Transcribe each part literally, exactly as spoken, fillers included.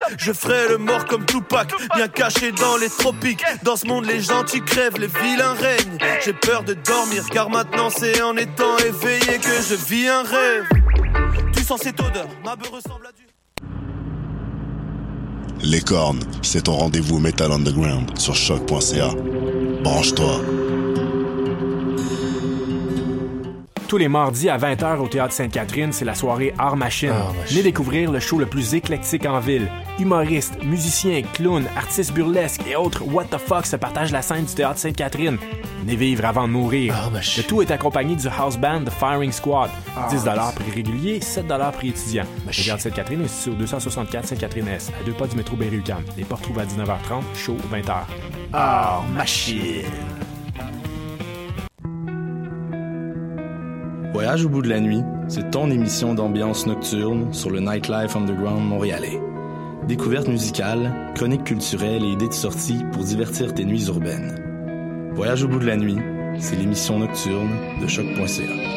Je ferai le mort comme Tupac, bien caché dans les tropiques. Dans ce monde les gentils crèvent, les vilains règnent. J'ai peur de dormir car maintenant c'est en étant éveillé que je vis un rêve. Tu sens cette odeur, ma beuh ressemble à du... Les Cornes, c'est ton rendez-vous Metal Underground sur choc point c a. Branche-toi. Tous les mardis à vingt heures au Théâtre Sainte-Catherine, c'est la soirée Art Machine. Oh, Venez découvrir le show le plus éclectique en ville. Humoristes, musiciens, clowns, artistes burlesques et autres what the fuck se partagent la scène du Théâtre Sainte-Catherine. Venez vivre avant de mourir. Oh, le tout est accompagné du house band The Firing Squad. dix dollars prix régulier, sept dollars prix étudiant. Le Théâtre Sainte-Catherine est situé au deux cent soixante-quatre Sainte-Catherine-Est, à deux pas du métro Berry-UQAM. Les portes trouvent à dix-neuf heures trente, show vingt heures. Art Machine. Voyage au bout de la nuit, c'est ton émission d'ambiance nocturne sur le Nightlife Underground montréalais. Découvertes musicales, chroniques culturelles et idées de sortie pour divertir tes nuits urbaines. Voyage au bout de la nuit, c'est l'émission nocturne de choc point c a.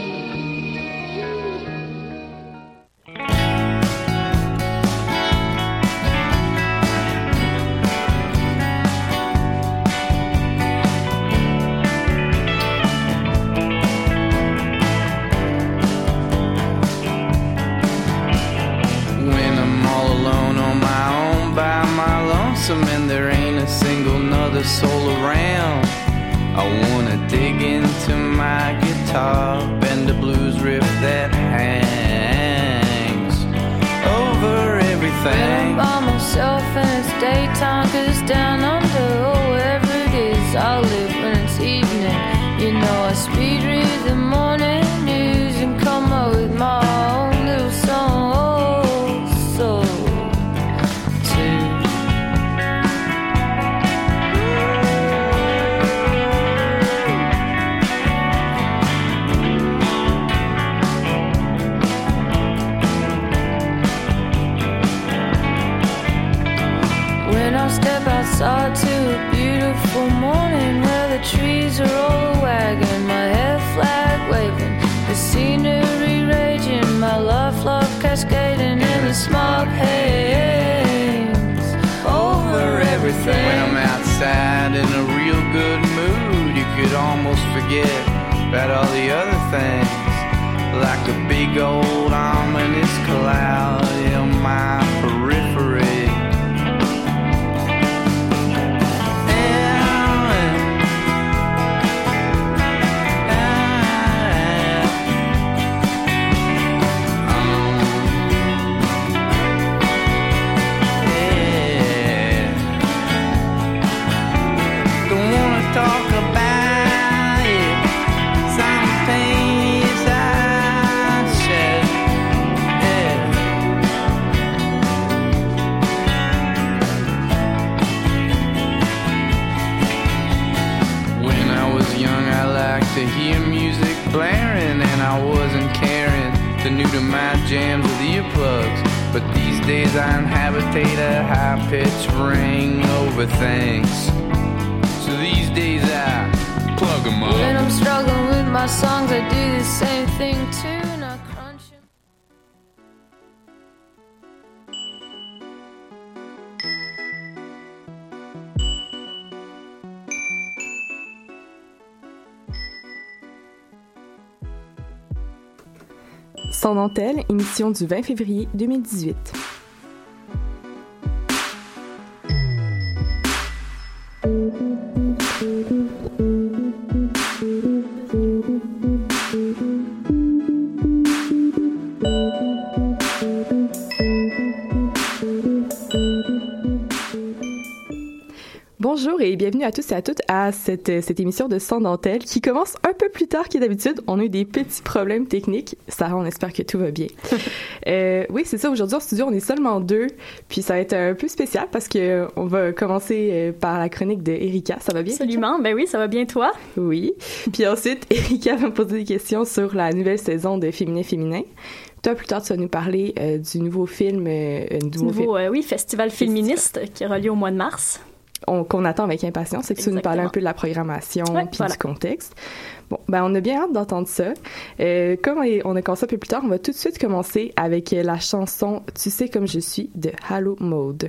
And there ain't a single nother soul around. I wanna dig into my guitar, bend the blues riff that hangs over everything. When I'm by myself and it's daytime, cause down under, oh, wherever it is, I'll live when it's evening. You know I speed read the morning news and come up with my own little song. Oh, so step outside to a beautiful morning where the trees are all wagging, my head flag waving, the scenery raging, my love love cascading in the smog haze over everything. When I'm outside in a real good mood, you could almost forget about all the other things, like a big old ominous cloud in my periphery. Blaring and I wasn't caring, too new to my jams with earplugs. But these days I inhabitate a high-pitched ring over things. So these days I plug them up. When I'm struggling with my songs, I do the same thing too, and I crunch them. Sans dentelle, émission du vingt février deux mille dix-huit. Bonjour et bienvenue à tous et à toutes à cette, cette émission de Sans dentelle qui commence un peu plus tard que d'habitude. On a eu des petits problèmes techniques. Sarah, on espère que tout va bien. euh, oui, c'est ça. Aujourd'hui, en studio, on est seulement deux. Puis ça va être un peu spécial parce que on va commencer par la chronique de Erika. Ça va bien? Absolument. Ben oui, ça va bien, toi? Oui. Puis ensuite, Erika va me poser des questions sur la nouvelle saison de Féminin Féminin. Toi, plus tard, tu vas nous parler euh, du nouveau film. Euh, du nouveau, nouveau film. Euh, oui, Festival féministe qui aura lieu au mois de mars. on, qu'on attend avec impatience. C'est que tu nous parlais un peu de la programmation ouais, puis voilà. du contexte. Bon, ben on a bien hâte d'entendre ça. Euh, comme on a commencé un peu plus tard, on va tout de suite commencer avec la chanson « Tu sais comme je suis » de Halo Mode.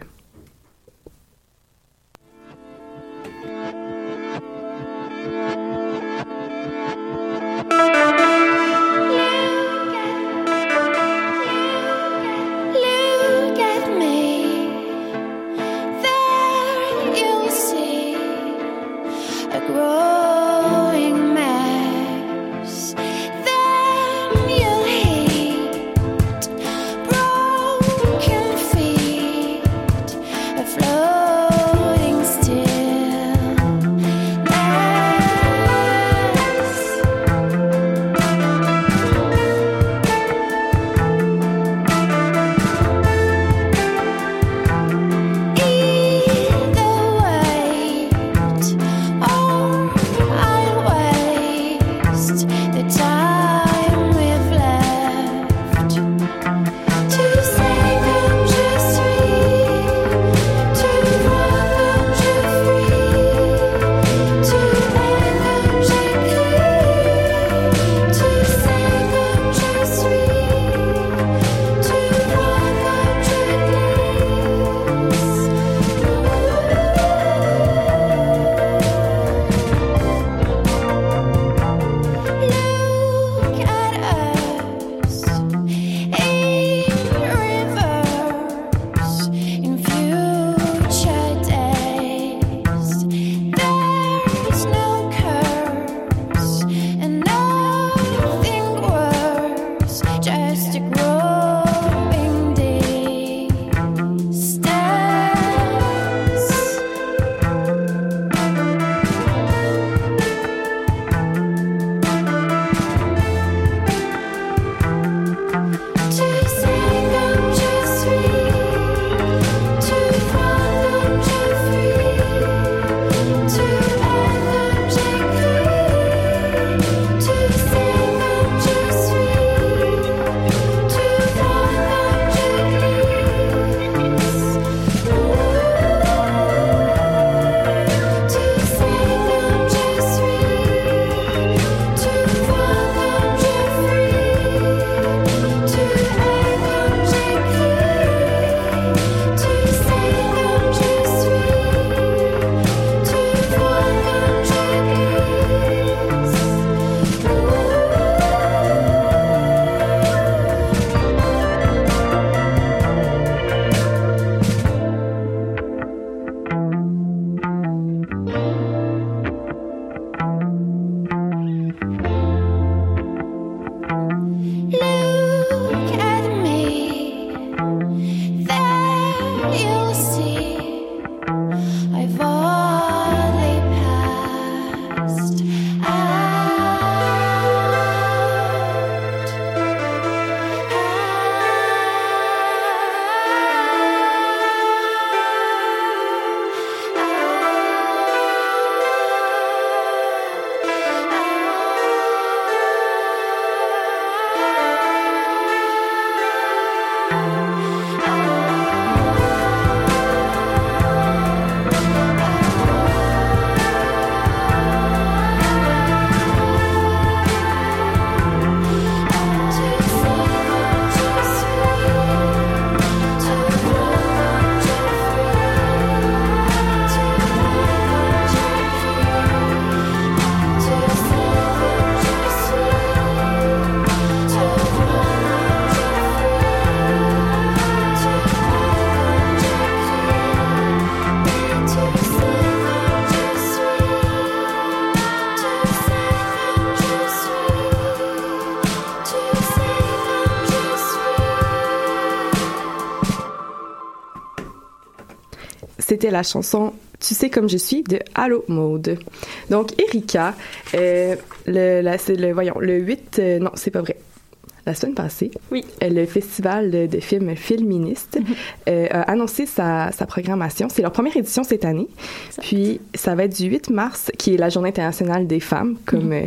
C'était la chanson « Tu sais comme je suis » de Halo Mode. Donc, Erika, euh, le, la, c'est le, voyons, le huit... Euh, non, c'est pas vrai. La semaine passée, oui. euh, le Festival de, de films féministes mm-hmm. euh, a annoncé sa, sa programmation. C'est leur première édition cette année. Ça. Puis, ça va être du huit mars, qui est la Journée internationale des femmes, comme... Mm-hmm. Euh,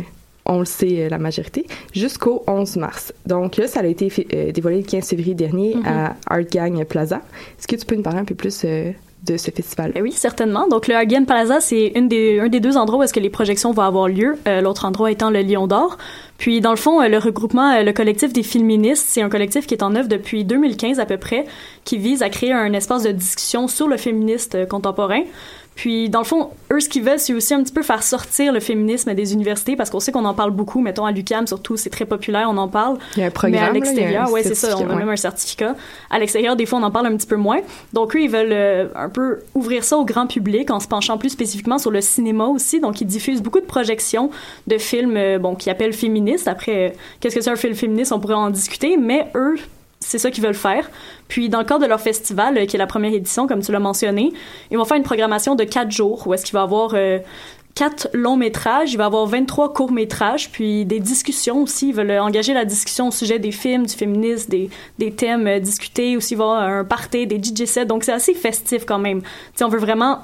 on le sait la majorité, jusqu'au onze mars. Donc là, ça a été fait, euh, dévoilé le quinze février dernier mm-hmm. à Art Gang Plaza. Est-ce que tu peux nous parler un peu plus euh, de ce festival? Oui, certainement. Donc, le Art Gang Plaza, c'est une des, un des deux endroits où est-ce que les projections vont avoir lieu. Euh, l'autre endroit étant le Lion d'Or. Puis, dans le fond, euh, le regroupement, euh, le collectif des Filministes, c'est un collectif qui est en œuvre depuis deux mille quinze à peu près, qui vise à créer un espace de discussion sur le féministe euh, contemporain. Puis, dans le fond, eux, ce qu'ils veulent, c'est aussi un petit peu faire sortir le féminisme des universités, parce qu'on sait qu'on en parle beaucoup, mettons à l'U Q A M surtout, c'est très populaire, on en parle. Il y a un programme, mais à l'extérieur, ouais, c'est ça, on a ouais. même un certificat. À l'extérieur, des fois, on en parle un petit peu moins. Donc, eux, ils veulent euh, un peu ouvrir ça au grand public en se penchant plus spécifiquement sur le cinéma aussi. Donc, ils diffusent beaucoup de projections de films, euh, bon, qu'ils appellent féministes. Après, euh, qu'est-ce que c'est un film féministe? On pourrait en discuter, mais eux, c'est ça qu'ils veulent faire. Puis, dans le cadre de leur festival, euh, qui est la première édition, comme tu l'as mentionné, ils vont faire une programmation de quatre jours où est-ce qu'il va y avoir euh, quatre longs métrages, il va y avoir vingt-trois courts métrages, puis des discussions aussi. Ils veulent engager la discussion au sujet des films, du féminisme, des, des thèmes euh, discutés. Aussi, il va y avoir un party, des D J sets. Donc, c'est assez festif quand même. Tu sais, on veut vraiment...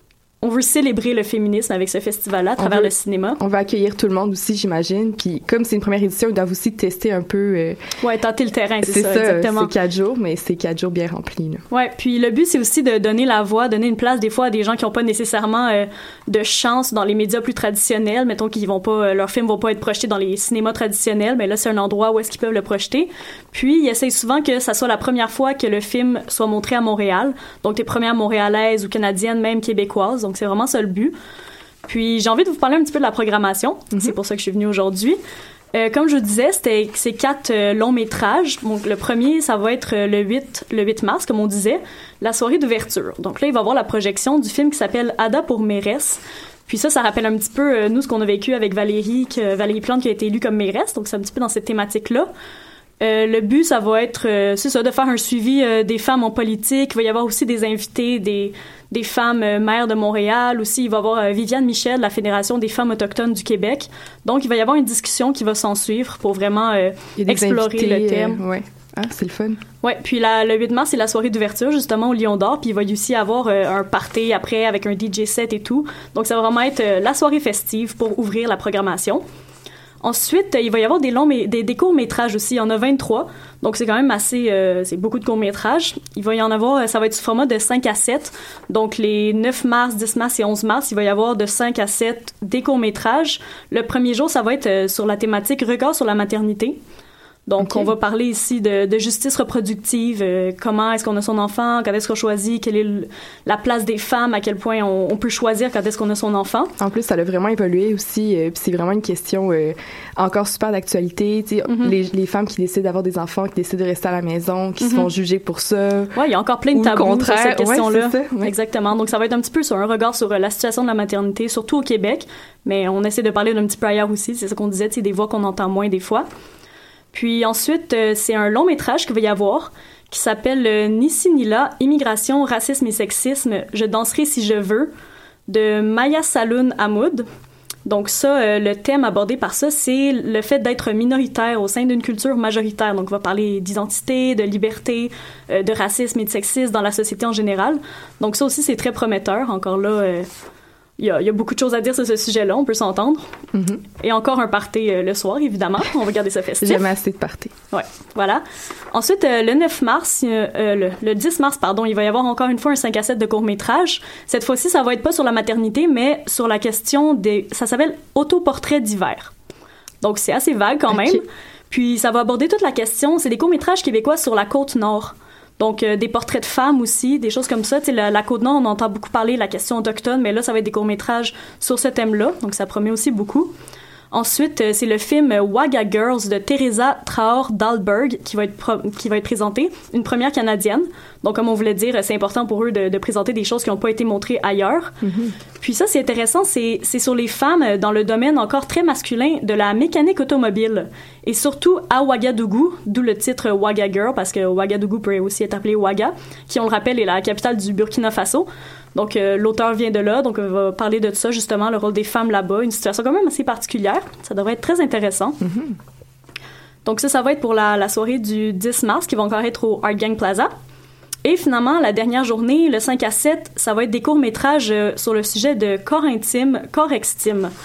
On veut célébrer le féminisme avec ce festival-là à travers veut, le cinéma. On va accueillir tout le monde aussi, j'imagine. Puis comme c'est une première édition, ils doivent aussi tester un peu... Euh, ouais, tenter le terrain, c'est, c'est ça, ça, exactement. C'est quatre jours, mais c'est quatre jours bien remplis. Là. Ouais, puis le but, c'est aussi de donner la voix, donner une place des fois à des gens qui n'ont pas nécessairement euh, de chance dans les médias plus traditionnels. Mettons qu'ils vont pas... Euh, leurs films vont pas être projetés dans les cinémas traditionnels, mais là, c'est un endroit où est-ce qu'ils peuvent le projeter. Puis, ils essayent souvent que ça soit la première fois que le film soit montré à Montréal. Donc, les premières montréalaises ou canadiennes, même québécoises. Donc, c'est vraiment ça le but. Puis j'ai envie de vous parler un petit peu de la programmation. Mm-hmm. C'est pour ça que je suis venue aujourd'hui. Euh, comme je vous disais, c'était c'est quatre euh, longs métrages. Donc le premier, ça va être le huit le huit mars, comme on disait, la soirée d'ouverture. Donc là, il va y avoir la projection du film qui s'appelle Ada pour mairesse. Puis ça, ça rappelle un petit peu euh, nous ce qu'on a vécu avec Valérie, que Valérie Plante qui a été élue comme mairesse. Donc c'est un petit peu dans cette thématique-là. Euh, le but, ça va être, euh, c'est ça, de faire un suivi euh, des femmes en politique. Il va y avoir aussi des invités, des, des femmes euh, maires de Montréal. Aussi, il va y avoir euh, Viviane Michel, de la Fédération des femmes autochtones du Québec. Donc, il va y avoir une discussion qui va s'en suivre pour vraiment euh, explorer le thème. Euh, ouais. Ah, c'est le fun. Ouais, puis la, le huit mars, c'est la soirée d'ouverture, justement, au Lion d'Or. Puis il va y aussi avoir euh, un party après avec un D J set et tout. Donc, ça va vraiment être euh, la soirée festive pour ouvrir la programmation. Ensuite, il va y avoir des longs, des, des courts-métrages aussi. Il y en a vingt-trois. Donc, c'est quand même assez... Euh, c'est beaucoup de courts-métrages. Il va y en avoir... Ça va être sous format de cinq à sept. Donc, les neuf mars, dix mars et onze mars, il va y avoir de cinq à sept des courts-métrages. Le premier jour, ça va être euh, sur la thématique « Regard sur la maternité ». Donc, okay. On va parler ici de, de justice reproductive, euh, comment est-ce qu'on a son enfant, quand est-ce qu'on choisit, quelle est le, la place des femmes, à quel point on, on peut choisir quand est-ce qu'on a son enfant. En plus, ça a vraiment évolué aussi, euh, puis c'est vraiment une question euh, encore super d'actualité. Tu sais, mm-hmm. les, les femmes qui décident d'avoir des enfants, qui décident de rester à la maison, qui mm-hmm. se font juger pour ça. Oui, il y a encore plein de tabous sur cette question-là. Ouais, c'est ça, ouais. Exactement. Donc, ça va être un petit peu sur un regard sur euh, la situation de la maternité, surtout au Québec, mais on essaie de parler d'un petit peu ailleurs aussi. C'est ça qu'on disait, c'est des voix qu'on entend moins des fois. Puis ensuite, euh, c'est un long métrage qu'il va y avoir qui s'appelle euh, Ni ci ni là, Immigration, racisme et sexisme, je danserai si je veux, de Maya Saloun Hamoud. Donc ça, euh, le thème abordé par ça, c'est le fait d'être minoritaire au sein d'une culture majoritaire. Donc on va parler d'identité, de liberté, euh, de racisme et de sexisme dans la société en général. Donc ça aussi, c'est très prometteur. Encore là... Euh, Il y, a, il y a beaucoup de choses à dire sur ce sujet-là, on peut s'entendre. Mm-hmm. Et encore un party euh, le soir, évidemment. On va garder ça festif. Jamais assez de party. Ouais, voilà. Ensuite, euh, le neuf mars, euh, euh, le, le dix mars, pardon, il va y avoir encore une fois un cinq à sept de court-métrage. Cette fois-ci, ça va être pas sur la maternité, mais sur la question des... Ça s'appelle « Autoportrait d'hiver ». Donc, c'est assez vague quand même. Okay. Puis, ça va aborder toute la question. C'est des courts-métrages québécois sur la Côte-Nord. Donc, euh, des portraits de femmes aussi, des choses comme ça. Tu sais, la, la Côte-Nord, on entend beaucoup parler de la question autochtone, mais là, ça va être des courts-métrages sur ce thème-là. Donc, ça promet aussi beaucoup. Ensuite, euh, c'est le film Wagga Girls de Teresa Traor Dahlberg qui va être pro- qui va être présenté, une première canadienne. Donc, comme on voulait dire, c'est important pour eux de, de présenter des choses qui n'ont pas été montrées ailleurs. Mm-hmm. Puis ça, c'est intéressant, c'est, c'est sur les femmes dans le domaine encore très masculin de la mécanique automobile. Et surtout à Ouagadougou, d'où le titre Wagga Girl, parce que Ouagadougou peut aussi être appelé Ouaga, qui, on le rappelle, est la capitale du Burkina Faso. Donc, euh, l'auteur vient de là, donc on va parler de ça, justement, le rôle des femmes là-bas, une situation quand même assez particulière. Ça devrait être très intéressant. Mm-hmm. Donc ça, ça va être pour la, la soirée du dix mars, qui va encore être au Art Gang Plaza. Et finalement, la dernière journée, le cinq à sept, ça va être des courts-métrages euh, sur le sujet de corps intime, corps extime.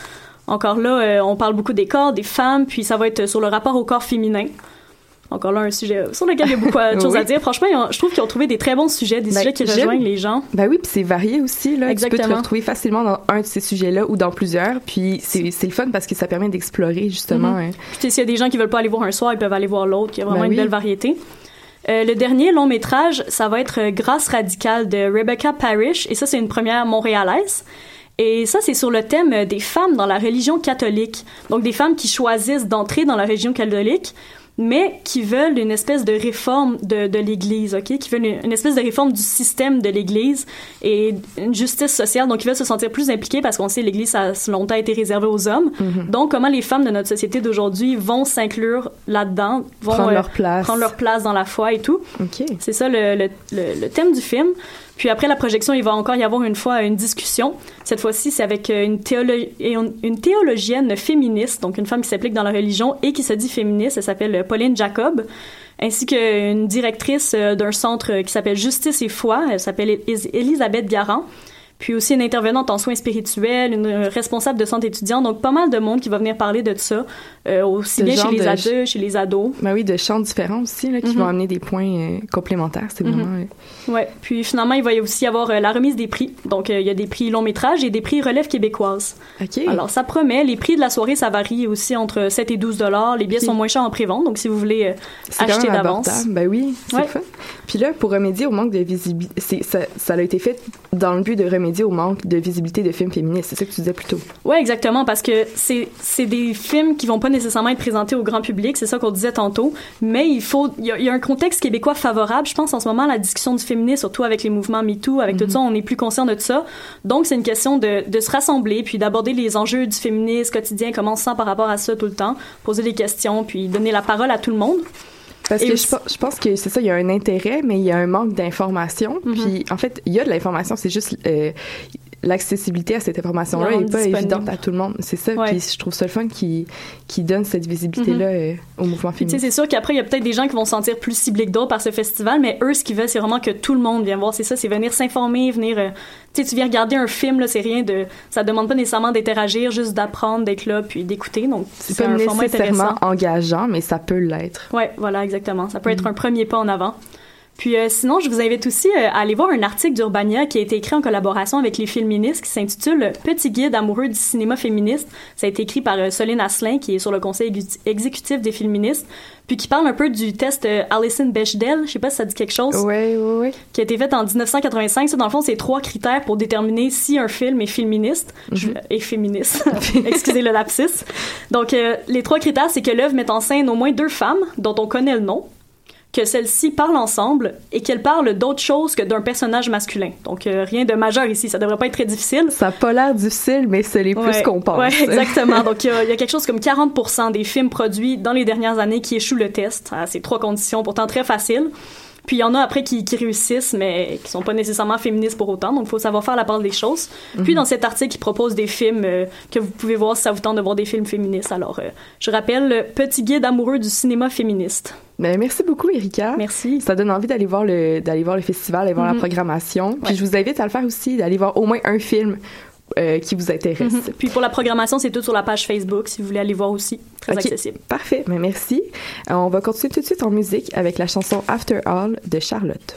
Encore là, euh, on parle beaucoup des corps, des femmes, puis ça va être sur le rapport au corps féminin. Encore là, un sujet sur lequel il y a beaucoup de choses oui. à dire. Franchement, ont, je trouve qu'ils ont trouvé des très bons sujets, des ben, sujets qui rejoignent les gens. Ben oui, puis c'est varié aussi. Là. Exactement. Tu peux te retrouver facilement dans un de ces sujets-là ou dans plusieurs. Puis c'est, c'est le fun parce que ça permet d'explorer, justement. Mm-hmm. Hein. Puis s'il y a des gens qui veulent pas aller voir un soir, ils peuvent aller voir l'autre. Il y a vraiment ben une oui. belle variété. Euh, le dernier long métrage, ça va être Grâce radicale de Rebecca Parrish. Et ça, c'est une première montréalaise. Et ça, c'est sur le thème des femmes dans la religion catholique. Donc, des femmes qui choisissent d'entrer dans la religion catholique, mais qui veulent une espèce de réforme de, de l'Église, ok, qui veulent une, une espèce de réforme du système de l'Église et une justice sociale. Donc, ils veulent se sentir plus impliqués parce qu'on sait que l'Église a longtemps été réservée aux hommes. Mm-hmm. Donc, comment les femmes de notre société d'aujourd'hui vont s'inclure là-dedans, vont prendre euh, leur place, prendre leur place dans la foi et tout. Okay. C'est ça le, le, le, le thème du film. Puis après la projection, il va encore y avoir une fois une discussion. Cette fois-ci, c'est avec une, théolo- une théologienne féministe, donc une femme qui s'implique dans la religion et qui se dit féministe. Elle s'appelle Pauline Jacob, ainsi qu'une directrice d'un centre qui s'appelle Justice et Foi. Elle s'appelle Elisabeth Garand. Puis aussi une intervenante en soins spirituels, une responsable de centre étudiant. Donc, pas mal de monde qui va venir parler de ça, euh, aussi bien chez les adultes, ch- chez les ados. Ben oui, de champs différents aussi, là, qui mm-hmm. vont amener des points euh, complémentaires. C'est vraiment... Mm-hmm. Euh... Ouais. Puis finalement, il va y aussi avoir euh, la remise des prix. Donc, euh, il y a des prix long métrage et des prix relève québécoise. OK. Alors, ça promet. Les prix de la soirée, ça varie aussi entre sept et douze dollars. Les billets okay. sont moins chers en pré-vente. Donc, si vous voulez euh, c'est acheter quand même d'avance. Abordable. Ben oui, c'est ouais. fun. Puis là, pour remédier au manque de visibilité, c'est, ça, ça a été fait dans le but de remédier au manque de visibilité de films féministes. C'est ça que tu disais plus tôt. Oui, exactement, parce que c'est, c'est des films qui vont pas nécessairement être présentés au grand public, c'est ça qu'on disait tantôt, mais il faut, il y, y a un contexte québécois favorable, je pense, en ce moment, à la discussion du féminisme, surtout avec les mouvements MeToo, avec mm-hmm. tout ça, on est plus conscient de tout ça. Donc, c'est une question de, de se rassembler, puis d'aborder les enjeux du féminisme quotidien, comment on se sent par rapport à ça tout le temps, poser des questions, puis donner la parole à tout le monde. Parce et que aussi... je, je pense que c'est ça, il y a un intérêt, mais il y a un manque d'information. Mm-hmm. Puis, en fait, il y a de l'information, c'est juste... Euh, l'accessibilité à cette information-là n'est pas disponible. Évidente à tout le monde. C'est ça. Ouais. Puis je trouve ça le fun qui, qui donne cette visibilité-là mm-hmm. euh, au mouvement féministe. C'est sûr qu'après, il y a peut-être des gens qui vont se sentir plus ciblés que d'autres par ce festival, mais eux, ce qu'ils veulent, c'est vraiment que tout le monde vienne voir. C'est ça, c'est venir s'informer, venir... Euh, tu sais, tu viens regarder un film, là, c'est rien de... Ça demande pas nécessairement d'interagir, juste d'apprendre, d'être là, puis d'écouter. Donc, c'est, c'est pas un format nécessairement engageant, mais ça peut l'être. Ouais, voilà, exactement. Ça peut mm-hmm. être un premier pas en avant. Puis euh, sinon, je vous invite aussi euh, à aller voir un article d'Urbania qui a été écrit en collaboration avec les féministes qui s'intitule « Petit guide amoureux du cinéma féministe ». Ça a été écrit par euh, Soline Asselin, qui est sur le conseil ex- exécutif des féministes, puis qui parle un peu du test euh, Alison Bechdel, je sais pas si ça dit quelque chose. Oui, oui, oui. Qui a été fait en dix-neuf cent quatre-vingt-cinq. Ça, dans le fond, c'est trois critères pour déterminer si un film est féministe. Mm-hmm. Je, est féministe. Excusez le lapsus. Donc, euh, les trois critères, c'est que l'œuvre met en scène au moins deux femmes dont on connaît le nom, que celles-ci parlent ensemble et qu'elles parlent d'autre chose que d'un personnage masculin. Donc, euh, rien de majeur ici. Ça devrait pas être très difficile. Ça a pas l'air difficile, mais c'est les plus ouais, qu'on pense. Oui, exactement. Donc, il y, y a quelque chose comme quarante pour cent des films produits dans les dernières années qui échouent le test à ces trois conditions, pourtant très faciles. Puis il y en a après qui, qui réussissent, mais qui sont pas nécessairement féministes pour autant. Donc, il faut savoir faire la part des choses. Mm-hmm. Puis, dans cet article, il propose des films euh, que vous pouvez voir si ça vous tente de voir des films féministes. Alors, euh, je rappelle, le Petit guide amoureux du cinéma féministe. Ben, merci beaucoup, Erika. Merci. Ça donne envie d'aller voir le, d'aller voir le festival, d'aller voir mm-hmm. la programmation. Puis, ouais. je vous invite à le faire aussi, d'aller voir au moins un film Euh, qui vous intéresse. Mm-hmm. Puis pour la programmation, c'est tout sur la page Facebook, si vous voulez aller voir aussi. Très okay. accessible. Parfait, mais merci. Euh, on va continuer tout de suite en musique avec la chanson After All de Charlotte.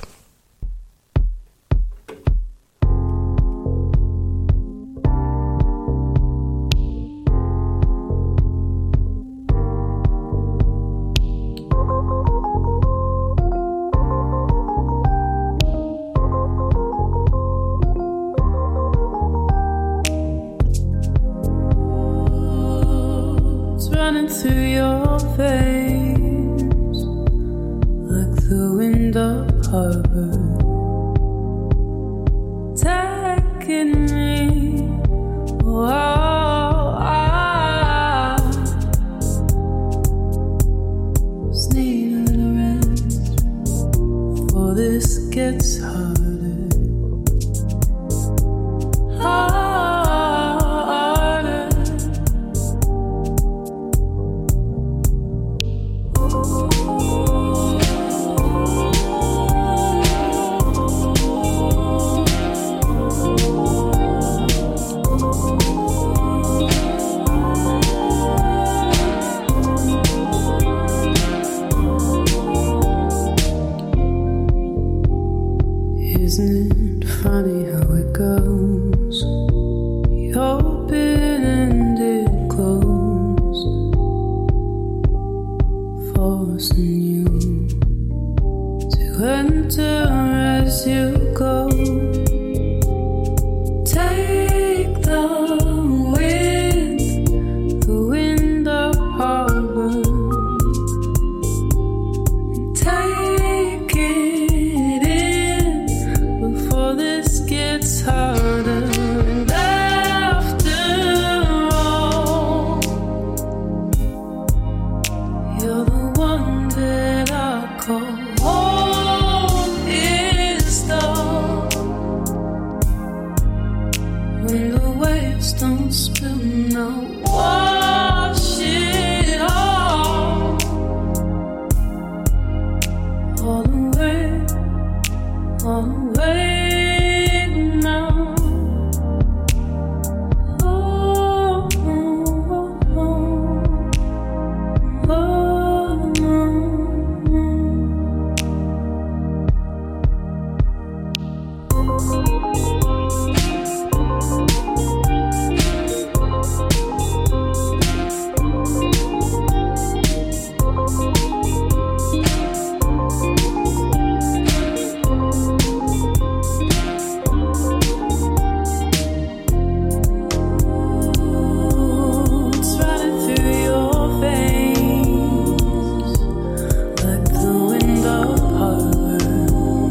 Through your veins like the wind of harbor, taking me. Oh, I just need a little rest, for this gets harder, harder. gets harder. And after all, you're the one that I call home is dark. When the waves don't spill now, wash it all, all the way, all the way now. Oh, oh, oh, oh, oh. It's running through your veins like the wind of harbor,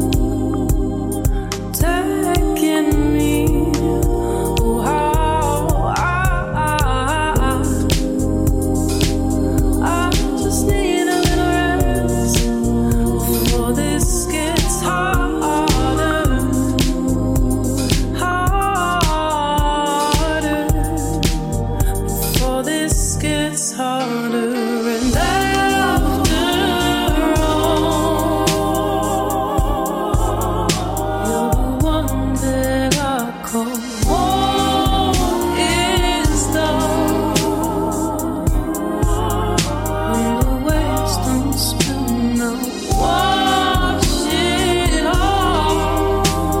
taking me. Oh, how I, I just need a little rest before this gets harder, harder. Before this gets harder. And after all, you're the one that I call home is dark. When the waves don't spill now, wash it all,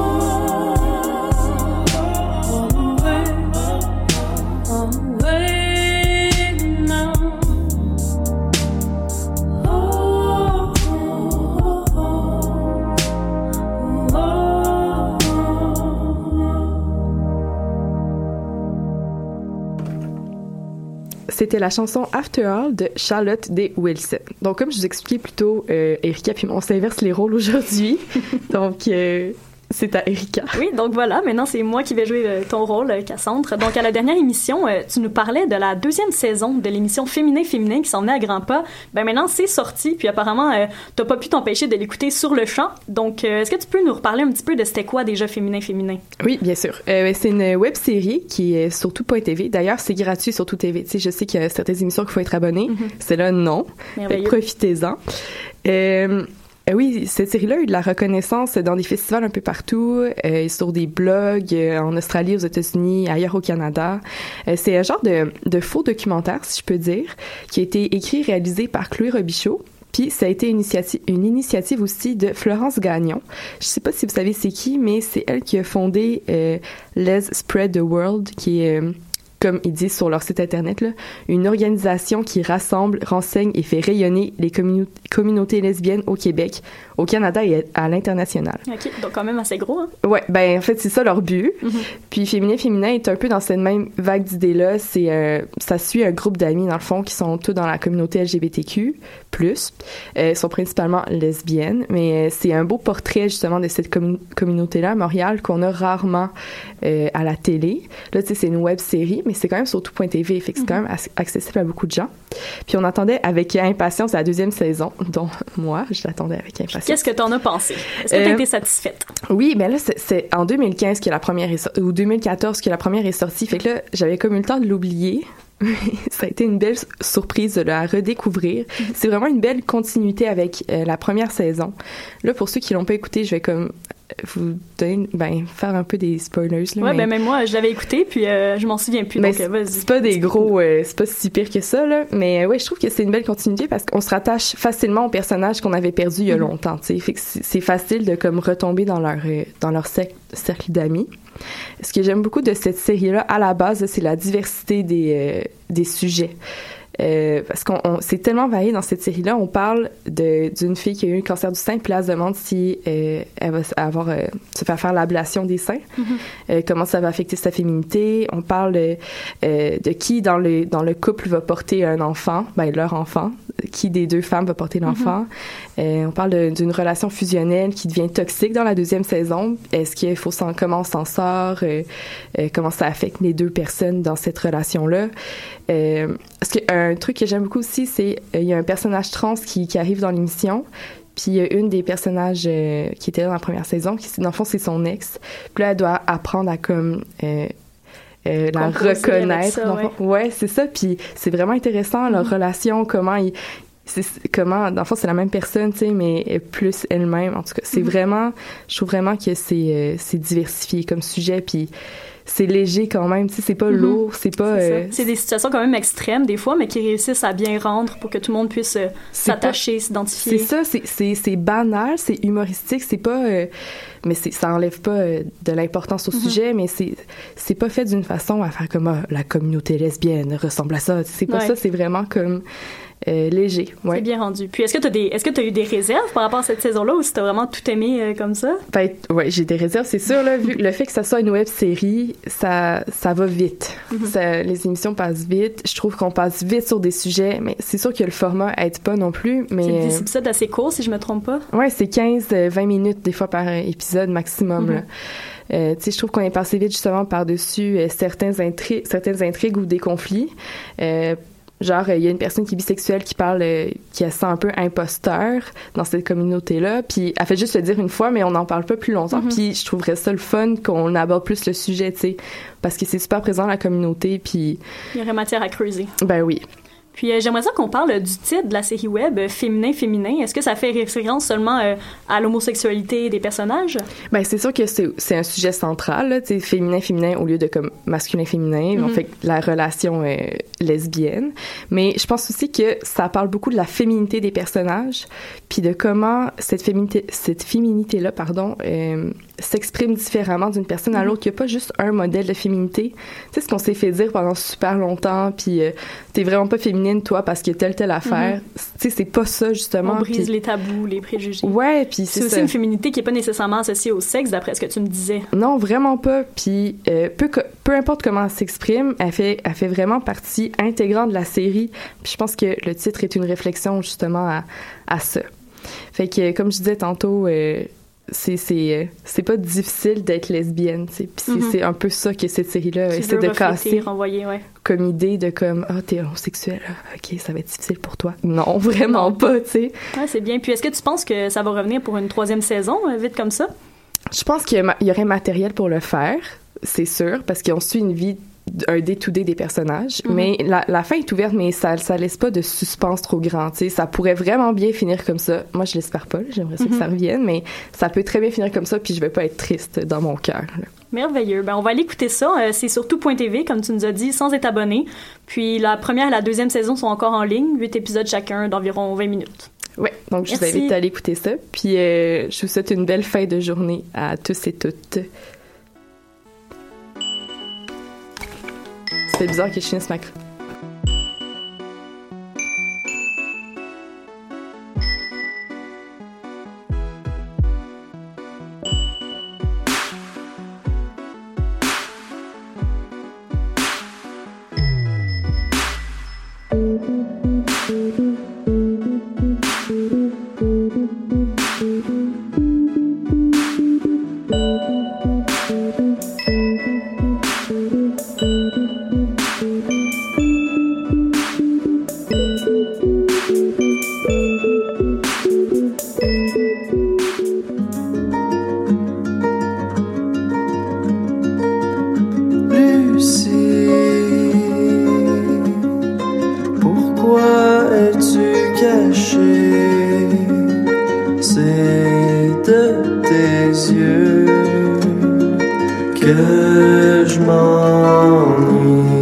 all the way, all the way now. Oh, oh, oh, oh, oh. C'était la chanson After All de Charlotte D. Wilson. Donc, comme je vous expliquais plus tôt, euh, Erika puis moi, on s'inverse les rôles aujourd'hui. Donc, euh, c'est à Erika. Oui, donc voilà, maintenant c'est moi qui vais jouer euh, ton rôle, euh, Cassandre. Donc à la dernière émission, euh, tu nous parlais de la deuxième saison de l'émission Féminin Féminin qui s'en venait à grands pas. Ben maintenant c'est sorti, puis apparemment euh, t'as pas pu t'empêcher de l'écouter sur le champ. Donc euh, est-ce que tu peux nous reparler un petit peu de c'était quoi déjà Féminin Féminin? Oui, bien sûr. Euh, c'est une web série qui est sur tout point T V. D'ailleurs, c'est gratuit sur tout T V. Tu sais, je sais qu'il y a certaines émissions qu'il faut être abonné. Mm-hmm. C'est là non. Fait que profitez-en. Euh, Euh, oui, cette série-là a eu de la reconnaissance dans des festivals un peu partout, euh, sur des blogs, euh, en Australie, aux États-Unis, ailleurs au Canada. Euh, c'est un genre de, de faux documentaire, si je peux dire, qui a été écrit et réalisé par Chloé Robichaud. Puis ça a été une initiative, une initiative aussi de Florence Gagnon. Je sais pas si vous savez c'est qui, mais c'est elle qui a fondé euh, Let's Spread the World, qui est... Euh, comme ils disent sur leur site internet, là, une organisation qui rassemble, renseigne et fait rayonner les communi- communautés lesbiennes au Québec, au Canada et à l'international. OK, donc quand même assez gros, hein? Ouais, ben en fait, c'est ça leur but. Mm-hmm. Puis Féminin Féminin est un peu dans cette même vague d'idées-là. C'est, euh, ça suit un groupe d'amis, dans le fond, qui sont tous dans la communauté L G B T Q plus. Euh, sont principalement lesbiennes, mais euh, c'est un beau portrait, justement, de cette commun- communauté-là à Montréal qu'on a rarement euh, à la télé. Là, tu sais, c'est une web-série, mais c'est quand même sur tout point T V, fait que c'est mm-hmm. quand même as- accessible à beaucoup de gens. Puis on attendait avec impatience la deuxième saison, dont moi, je l'attendais avec impatience. Qu'est-ce que t'en as pensé? Est-ce que t'as euh, été satisfaite? Oui, ben là, c'est, c'est en deux mille quinze que la première est sortie, ou deux mille quatorze que la première est sortie, fait que là, j'avais comme eu le temps de l'oublier. Ça a été une belle surprise de la redécouvrir. Mm-hmm. C'est vraiment une belle continuité avec euh, la première saison. Là, pour ceux qui l'ont pas écouté, je vais comme vous donner, ben, faire un peu des spoilers. Là, ouais, mais... ben même moi, je l'avais écouté, puis euh, je m'en souviens plus, ben, donc c'est, vas-y. C'est pas des gros, euh, c'est pas si pire que ça, là, mais euh, ouais, je trouve que c'est une belle continuité parce qu'on se rattache facilement aux personnages qu'on avait perdus il y a mm-hmm. longtemps, tu sais. Fait que c'est, c'est facile de comme retomber dans leur, euh, dans leur cercle, cercle d'amis. Ce que j'aime beaucoup de cette série-là, à la base, c'est la diversité des, euh, des sujets. Euh, parce qu'on on, c'est tellement varié dans cette série-là. On parle de, d'une fille qui a eu un cancer du sein, puis là, elle se demande si euh, elle va avoir, euh, se faire faire l'ablation des seins, mm-hmm. euh, comment ça va affecter sa féminité. On parle euh, de qui dans le, dans le couple va porter un enfant, ben leur enfant, qui des deux femmes va porter l'enfant. Mm-hmm. Euh, on parle de, d'une relation fusionnelle qui devient toxique dans la deuxième saison. Est-ce qu'il faut s'en, comment on s'en sort, euh, euh, comment ça affecte les deux personnes dans cette relation-là. Euh, parce que un truc que j'aime beaucoup aussi, c'est il euh, y a un personnage trans qui, qui arrive dans l'émission. Puis il y a une des personnages euh, qui était dans la première saison, qui dans le fond c'est son ex. Puis là elle doit apprendre à comme euh, euh, la reconnaître. Ça, ouais. ouais, c'est ça. Puis c'est vraiment intéressant leur mm-hmm. relation, comment ils, c'est, comment dans le fond c'est la même personne, tu sais, mais plus elle-même. En tout cas, c'est mm-hmm. vraiment, je trouve vraiment que c'est euh, c'est diversifié comme sujet. Puis c'est léger quand même, tu sais, c'est pas mm-hmm. lourd, c'est pas... C'est, euh, c'est des situations quand même extrêmes, des fois, mais qui réussissent à bien rendre pour que tout le monde puisse euh, s'attacher, pas, s'identifier. C'est ça, c'est, c'est, c'est banal, c'est humoristique, c'est pas... Euh, mais c'est, ça enlève pas euh, de l'importance au mm-hmm. sujet, mais c'est, c'est pas fait d'une façon à faire comme ah, la communauté lesbienne ressemble à ça. C'est pas ouais. ça, c'est vraiment comme... Euh, léger, ouais. C'est bien rendu. Puis est-ce que t'as des, est-ce que t'as eu des réserves par rapport à cette saison-là ou si t'as vraiment tout aimé euh, comme ça? Ben, ouais, j'ai des réserves, c'est sûr, là, vu le fait que ça soit une web-série, ça, ça va vite. Mm-hmm. Ça, les émissions passent vite. Je trouve qu'on passe vite sur des sujets, mais c'est sûr que le format aide pas non plus, mais... C'est des épisodes assez courts, si je me trompe pas. Ouais, c'est quinze à vingt minutes, des fois, par épisode maximum, mm-hmm. là. Euh, tu sais, je trouve qu'on est passé vite, justement, par-dessus euh, certains intri- certaines intrigues ou des conflits. Euh, Genre, il y a une personne qui est bisexuelle qui parle, euh, qui se sent un peu imposteur dans cette communauté-là, puis elle fait juste le dire une fois, mais on n'en parle pas plus longtemps. Mm-hmm. Puis je trouverais ça le fun qu'on aborde plus le sujet, tu sais, parce que c'est super présent dans la communauté, puis... Il y aurait matière à creuser. Ben oui. Puis euh, j'aimerais ça qu'on parle du titre de la série web, euh, Féminin, Féminin. Est-ce que ça fait référence seulement euh, à l'homosexualité des personnages? Ben c'est sûr que c'est, c'est un sujet central, là, tu sais, féminin, féminin au lieu de comme masculin, féminin. Mm-hmm. En fait, la relation euh, lesbienne. Mais je pense aussi que ça parle beaucoup de la féminité des personnages, puis de comment cette féminité, cette féminité-là, pardon, euh, s'exprime différemment d'une personne à l'autre. Il n'y a pas juste un modèle de féminité. Tu sais, ce qu'on s'est fait dire pendant super longtemps, puis euh, t'es vraiment pas féminine, toi, parce que telle, telle affaire. Mm-hmm. Tu sais, c'est pas ça, justement. On brise pis... les tabous, les préjugés. Ouais, puis c'est, c'est aussi ça. Une féminité qui est pas nécessairement associée au sexe, d'après ce que tu me disais. Non, vraiment pas. Puis euh, peu, peu importe comment elle s'exprime, elle fait, elle fait vraiment partie intégrante de la série. Puis je pense que le titre est une réflexion, justement, à, à ça. Fait que, comme je disais tantôt... Euh, c'est c'est c'est pas difficile d'être lesbienne, tu sais, puis c'est, mm-hmm. c'est un peu ça que cette série-là tu essaie de casser renvoyer, ouais. comme idée de comme ah oh, t'es homosexuel, ok ça va être difficile pour toi. Non, vraiment non. pas, tu sais. Ouais, c'est bien. Puis est-ce que tu penses que ça va revenir pour une troisième saison vite comme ça? Je pense qu'il y aurait matériel pour le faire, c'est sûr, parce qu'on suit une vie un day-to-day des personnages, mm-hmm. mais la, la fin est ouverte, mais ça ça laisse pas de suspense trop grand, tu sais, ça pourrait vraiment bien finir comme ça. Moi, je l'espère pas, j'aimerais ça mm-hmm. que ça revienne, mais ça peut très bien finir comme ça, puis je vais pas être triste dans mon cœur. Merveilleux. Ben, on va aller écouter ça. Euh, c'est sur tout point t v, comme tu nous as dit, sans être abonné. Puis la première et la deuxième saison sont encore en ligne, huit épisodes chacun d'environ vingt minutes. Ouais, donc je Merci. vous invite à aller écouter ça, puis euh, je vous souhaite une belle fin de journée à tous et toutes. C'est bizarre que je finisse ma... que je m'ennuie.